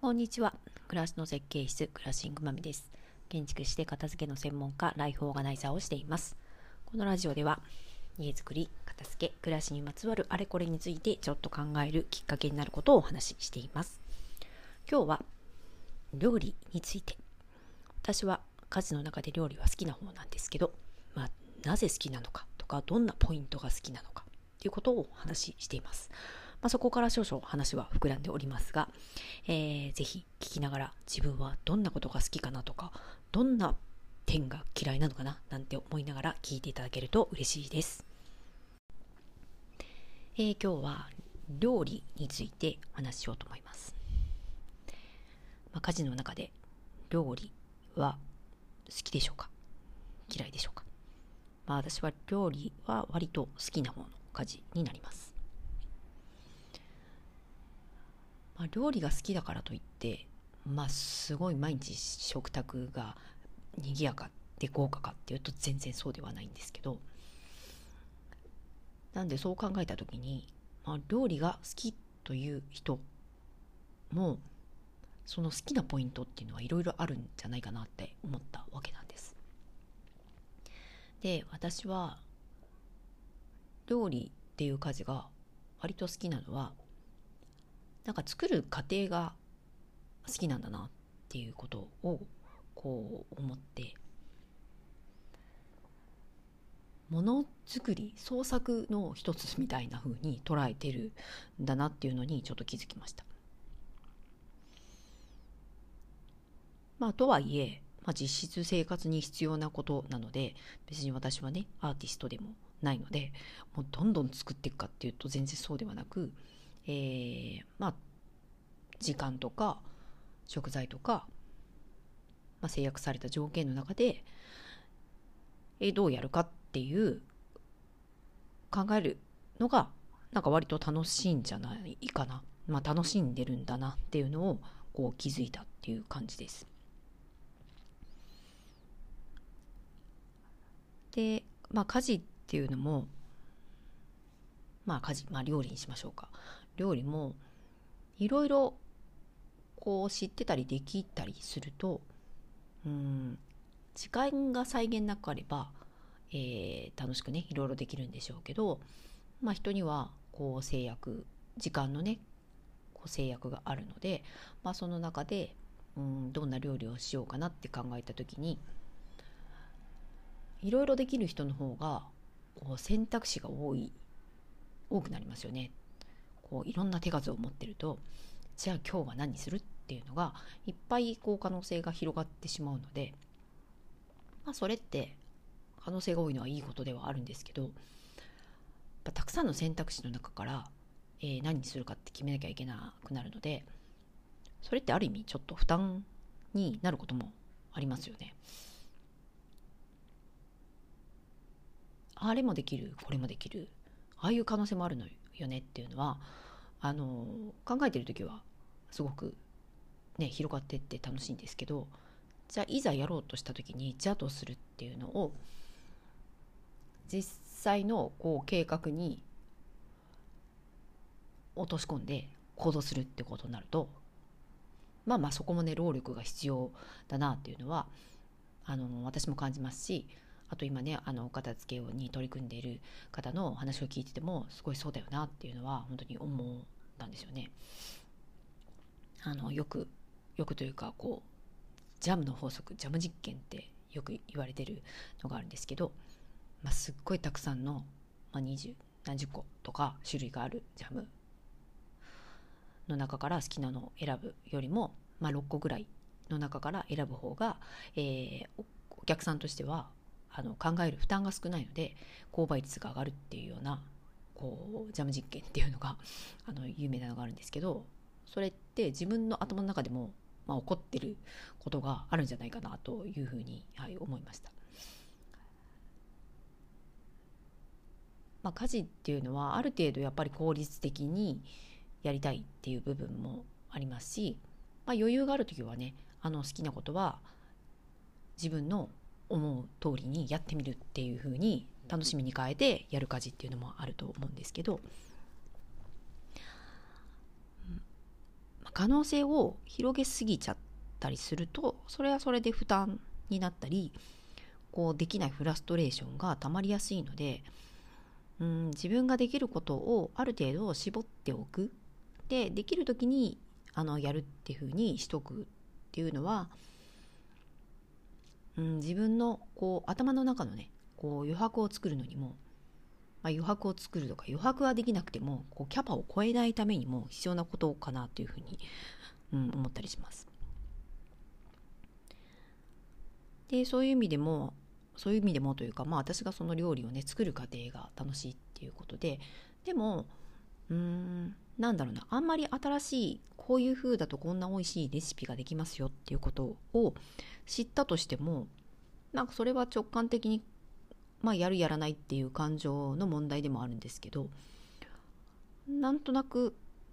こんにちは。暮らしの設計室クラッシングマミです。建築士で片付けの専門家、ライフオーガナイザーをしています。このラジオでは家づくり、片付け、暮らしにまつわるあれこれについてちょっと考えるきっかけになることをお話ししています。今日は料理について。私は家事の中で料理は好きな方なんですけど、なぜ好きなのかとか、どんなポイントが好きなのかということをお話ししています。そこから少々話は膨らんでおりますが、ぜひ聞きながら自分はどんなことが好きかなとか、どんな点が嫌いなのかななんて思いながら聞いていただけると嬉しいです。今日は料理についてお話ししようと思います。家事の中で料理は好きでしょうか、嫌いでしょうか。私は料理は割と好きな方の家事になります。料理が好きだからといって、すごい毎日食卓が賑やかで豪華かっていうと全然そうではないんですけど、なんでそう考えた時に、料理が好きという人もその好きなポイントっていうのはいろいろあるんじゃないかなって思ったわけなんです。で、私は料理っていう家事が割と好きなのは、作る過程が好きなんだなっていうことを思って、ものづくり創作の一つみたいな風に捉えてるんだなっていうのにちょっと気づきました。とはいえ、実質生活に必要なことなので、別に私はねアーティストでもないので、もうどんどん作っていくかっていうと全然そうではなく、時間とか食材とか、制約された条件の中で、どうやるかっていう考えるのが割と楽しいんじゃないかな、楽しんでるんだなっていうのを気づいたっていう感じです。で、家事っていうのも、料理にしましょうか。料理もいろいろ知ってたりできたりすると、時間が際限なくあれば、楽しくねいろいろできるんでしょうけど、人には制約、時間のね制約があるので、その中でどんな料理をしようかなって考えた時に、いろいろできる人の方が選択肢が多くなりますよね。いろんな手数を持ってると、じゃあ今日は何にするっていうのがいっぱい可能性が広がってしまうので、それって可能性が多いのはいいことではあるんですけど、たくさんの選択肢の中から、何にするかって決めなきゃいけなくなるので、それってある意味ちょっと負担になることもありますよね。あれもできる、これもできる、ああいう可能性もあるのよねっていうのは、考えてる時はすごくね広がってって楽しいんですけど、じゃあいざやろうとした時にじゃあどうするっていうのを実際の計画に落とし込んで行動するってことになると、そこもね労力が必要だなっていうのは私も感じますし、あと今ねお片付けに取り組んでいる方の話を聞いててもすごいそうだよなっていうのは本当に思ったんですよね。よくというかジャムの法則、ジャム実験ってよく言われてるのがあるんですけど、すっごいたくさんの、20何十個とか種類があるジャムの中から好きなのを選ぶよりも、6個ぐらいの中から選ぶ方が、お客さんとしては考える負担が少ないので購買率が上がるっていうようなジャム実験っていうのが有名なのがあるんですけど、それって自分の頭の中でも、起こってることがあるんじゃないかなというふうに、思いました。家事っていうのはある程度やっぱり効率的にやりたいっていう部分もありますし、余裕がある時はね好きなことは自分の思う通りにやってみるっていう風に楽しみに変えてやる家事っていうのもあると思うんですけど、 可能性を広げすぎちゃったりすると、それはそれで負担になったり、こうできないフラストレーションがたまりやすいので、自分ができることをある程度絞っておく。で、できる時にやるっていう風にしとくっていうのは、自分のこう頭の中のね、こう余白を作るのにも、余白を作るとか、余白はできなくてもこうキャパを超えないためにも必要なことかなというふうに、思ったりします。で、そういう意味でもというか、私がその料理をね作る過程が楽しいっていうことで、でもなんだろうな、あんまり新しいこういう風だとこんな美味しいレシピができますよっていうことを知ったとしても、なんかそれは直感的にやるやらないっていう感情の問題でもあるんですけど、なんとなく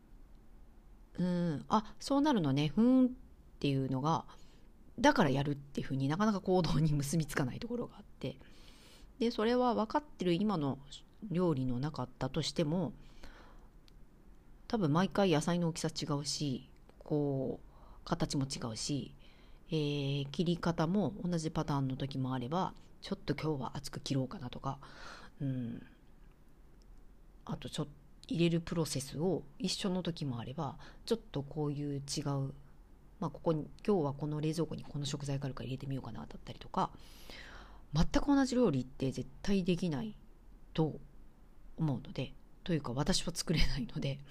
そうなるのねっていうのが、だからやるっていうふうになかなか行動に結びつかないところがあって、でそれは分かってる今の料理の中だとしても、多分毎回野菜の大きさ違うし、こう形も違うし、切り方も同じパターンの時もあれば、ちょっと今日は厚く切ろうかなとか、あとちょっと入れるプロセスを一緒の時もあれば、ちょっとこういう違う、ここに今日はこの冷蔵庫にこの食材があるから入れてみようかなだったりとか、全く同じ料理って絶対できないと思うので、というか私は作れないので、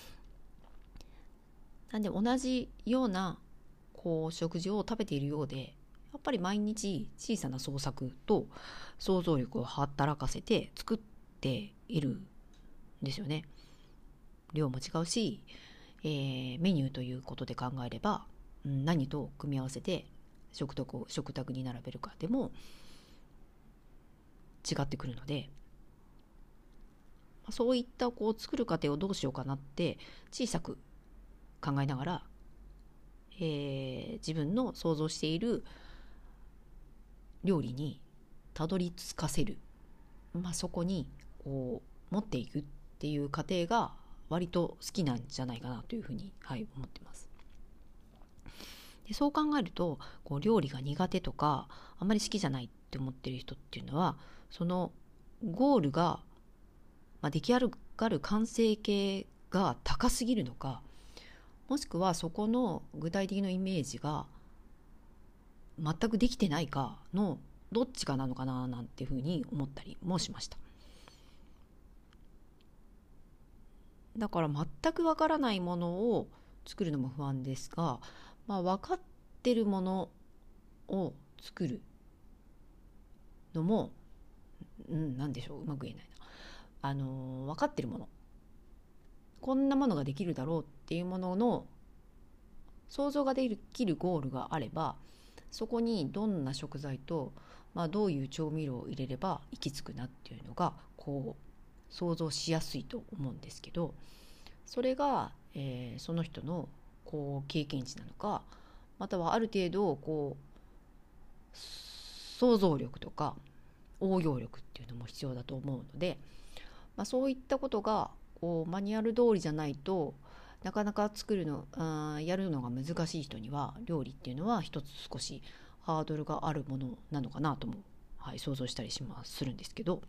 なんで同じようなこう食事を食べているようで、やっぱり毎日小さな創作と想像力を働かせて作っているんですよね。量も違うし、メニューということで考えれば、何と組み合わせて食卓に並べるかでも違ってくるので、そういったこう作る過程をどうしようかなって小さく考えながら、自分の想像している料理にたどり着かせる、そこにこう持っていくっていう過程が割と好きなんじゃないかなというふうに、思ってます。で、そう考えると、こう料理が苦手とかあんまり好きじゃないって思ってる人っていうのは、そのゴールが、出来上がる完成形が高すぎるのか、もしくはそこの具体的なイメージが全くできてないかのどっちかなのかななんていうふうに思ったりもしました。だから全くわからないものを作るのも不安ですが、分かってるものを作るのも、なんでしょう、うまく言えないな。分かってるもの、こんなものができるだろうっていうものの想像ができるゴールがあれば、そこにどんな食材と、どういう調味料を入れれば行き着くなっていうのがこう想像しやすいと思うんですけど、それが、その人のこう経験値なのか、またはある程度こう想像力とか応用力っていうのも必要だと思うので、そういったことがこうマニュアル通りじゃないとなかなかやるのが難しい人には、料理っていうのは一つ少しハードルがあるものなのかなとも、想像したりするんですけど、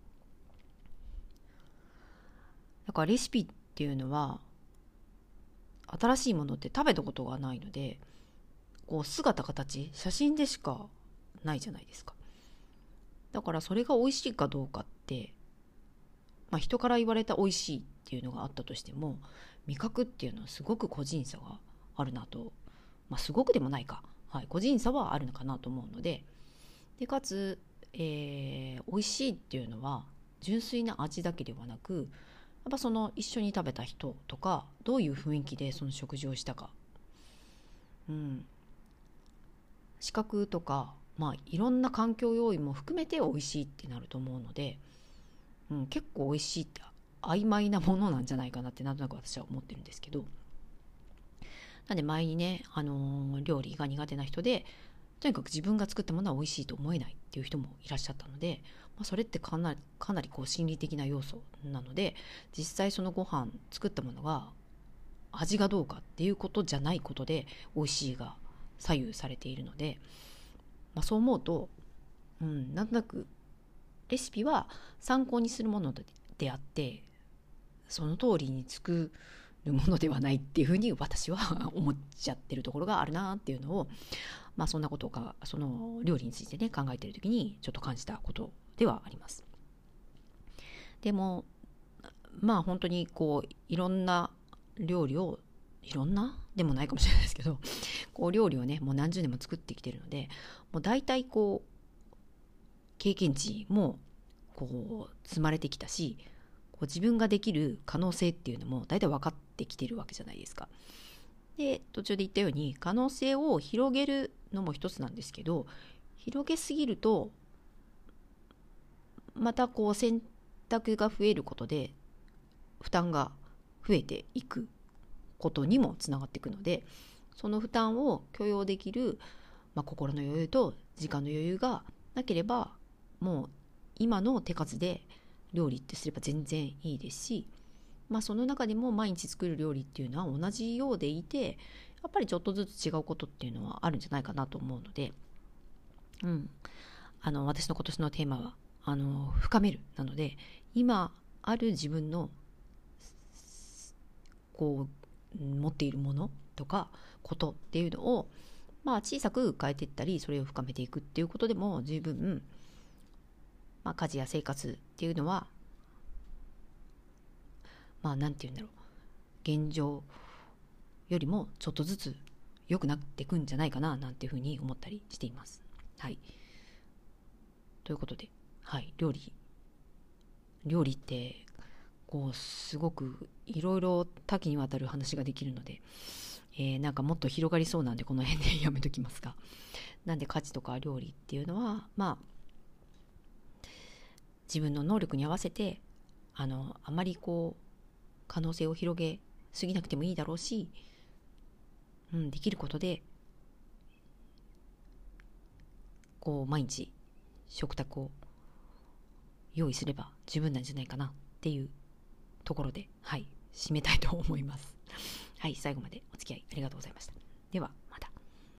だからレシピっていうのは新しいものって食べたことがないので、こう姿形写真でしかないじゃないですか。だからそれが美味しいかどうかって、人から言われた美味しいっていうのがあったとしても、味覚っていうのはすごく個人差があるなと、すごくでもないか、個人差はあるのかなと思うので、かつ、美味しいっていうのは純粋な味だけではなく、やっぱその一緒に食べた人とか、どういう雰囲気でその食事をしたか、視覚とか、いろんな環境要因も含めて美味しいってなると思うので、結構美味しいって曖昧なものなんじゃないかなって、なんとなく私は思ってるんですけど、なんで前にね、料理が苦手な人で、とにかく自分が作ったものは美味しいと思えないっていう人もいらっしゃったので、それってかなりこう心理的な要素なので、実際そのご飯作ったものが味がどうかっていうことじゃないことで美味しいが左右されているので、そう思うと、なんとなくレシピは参考にするものであって、その通りに作るものではないっていうふうに私は思っちゃってるところがあるなっていうのを、そんなことか、その料理についてね考えている時にちょっと感じたことではあります。でも本当にいろんな料理を、いろんなでもないかもしれないですけど、料理をねもう何十年も作ってきてるので、もう大体経験値も積まれてきたし、自分ができる可能性っていうのも大体分かってきてるわけじゃないですか。で、途中で言ったように可能性を広げるのも一つなんですけど、広げすぎるとまた選択が増えることで負担が増えていくことにもつながっていくので、その負担を許容できる、心の余裕と時間の余裕がなければ、もう今の手数で料理ってすれば全然いいですし、その中でも毎日作る料理っていうのは同じようでいて、やっぱりちょっとずつ違うことっていうのはあるんじゃないかなと思うので、私の今年のテーマは深めるなので、今ある自分の持っているものとかことっていうのを小さく変えていったり、それを深めていくっていうことでも十分、家事や生活っていうのはなんていうんだろう、現状よりもちょっとずつ良くなっていくんじゃないかななんていうふうに思ったりしています。はい。ということで、料理ってすごくいろいろ多岐にわたる話ができるので、なんかもっと広がりそうなんでこの辺でやめときますが、なんで家事とか料理っていうのは自分の能力に合わせてあまり可能性を広げすぎなくてもいいだろうし、できることで毎日食卓を用意すれば十分なんじゃないかなっていうところで、締めたいと思います。最後までお付き合いありがとうございました。では。